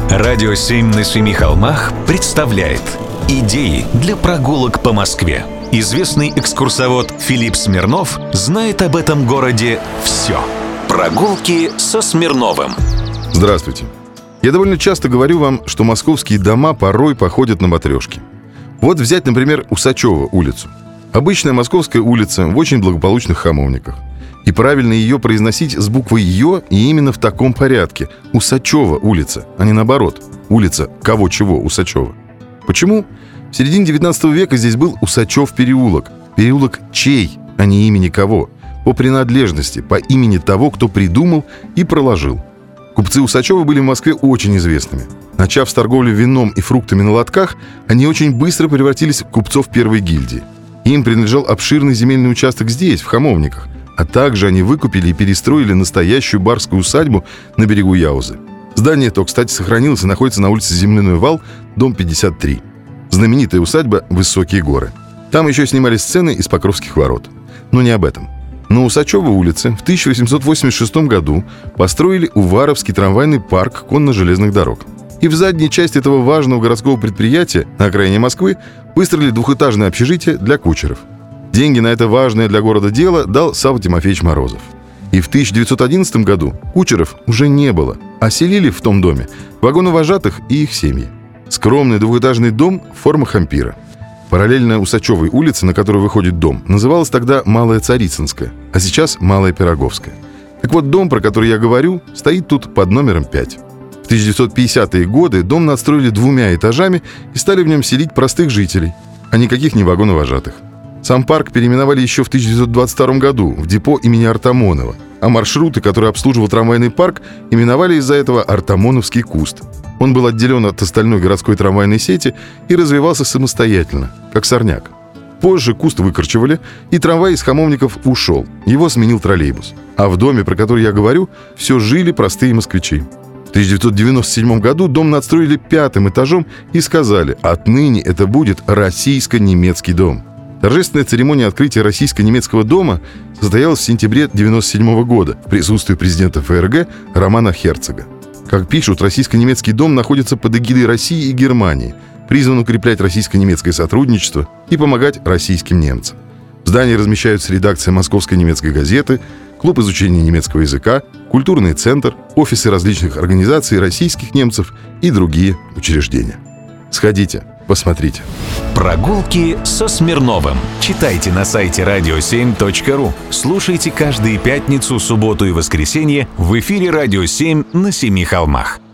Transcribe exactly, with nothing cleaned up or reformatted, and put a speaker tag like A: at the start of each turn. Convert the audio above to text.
A: Радио семь на семи холмах представляет идеи для прогулок по Москве. Известный экскурсовод Филипп Смирнов знает об этом городе все. Прогулки со Смирновым.
B: Здравствуйте. Я довольно часто говорю вам, что московские дома порой походят на матрешки. Вот взять, например, Усачева улицу. Обычная московская улица в очень благополучных Хамовниках. И правильно ее произносить с буквой «ё» и именно в таком порядке. Усачева улица, а не наоборот. Улица кого-чего Усачева. Почему? В середине девятнадцатого века здесь был Усачев переулок. Переулок чей, а не имени кого. По принадлежности, по имени того, кто придумал и проложил. Купцы Усачева были в Москве очень известными. Начав с торговли вином и фруктами на лотках, они очень быстро превратились в купцов первой гильдии. Им принадлежал обширный земельный участок здесь, в Хамовниках. А также они выкупили и перестроили настоящую барскую усадьбу на берегу Яузы. Здание то, кстати, сохранилось и находится на улице Земляной вал, дом пятьдесят три. Знаменитая усадьба «Высокие горы». Там еще снимали сцены из Покровских ворот. Но не об этом. На Усачевой улице в тысяча восемьсот восемьдесят шестом году построили Уваровский трамвайный парк конно-железных дорог. И в задней части этого важного городского предприятия на окраине Москвы выстроили двухэтажное общежитие для кучеров. Деньги на это важное для города дело дал Савва Тимофеевич Морозов. И в тысяча девятьсот одиннадцатом году кучеров уже не было, а селили в том доме вагоновожатых и их семьи. Скромный двухэтажный дом – форма ампира. Параллельно Усачевой улице, на которую выходит дом, называлась тогда Малая Царицынская, а сейчас Малая Пироговская. Так вот, дом, про который я говорю, стоит тут под номером пять. В тысяча девятьсот пятидесятые годы дом надстроили двумя этажами и стали в нем селить простых жителей, а никаких не вагоновожатых. Сам парк переименовали еще в тысяча девятьсот двадцать втором году в депо имени Артамонова, а маршруты, которые обслуживал трамвайный парк, именовали из-за этого Артамоновский куст. Он был отделен от остальной городской трамвайной сети и развивался самостоятельно, как сорняк. Позже куст выкорчевали, и трамвай из Хамовников ушел. Его сменил троллейбус. А в доме, про который я говорю, все жили простые москвичи. В тысяча девятьсот девяносто седьмом году дом надстроили пятым этажом и сказали: отныне это будет российско-немецкий дом. Торжественная церемония открытия российско-немецкого дома состоялась в сентябре девяносто седьмого года в присутствии президента ФРГ Романа Херцога. Как пишут, российско-немецкий дом находится под эгидой России и Германии, призван укреплять российско-немецкое сотрудничество и помогать российским немцам. В здании размещаются редакция Московской немецкой газеты, клуб изучения немецкого языка, культурный центр, офисы различных организаций российских немцев и другие учреждения. Сходите, посмотрите.
A: Прогулки со Смирновым. Читайте на сайте радио семь точка ру. Слушайте каждые пятницу, субботу и воскресенье в эфире «Радио семь» на Семи холмах.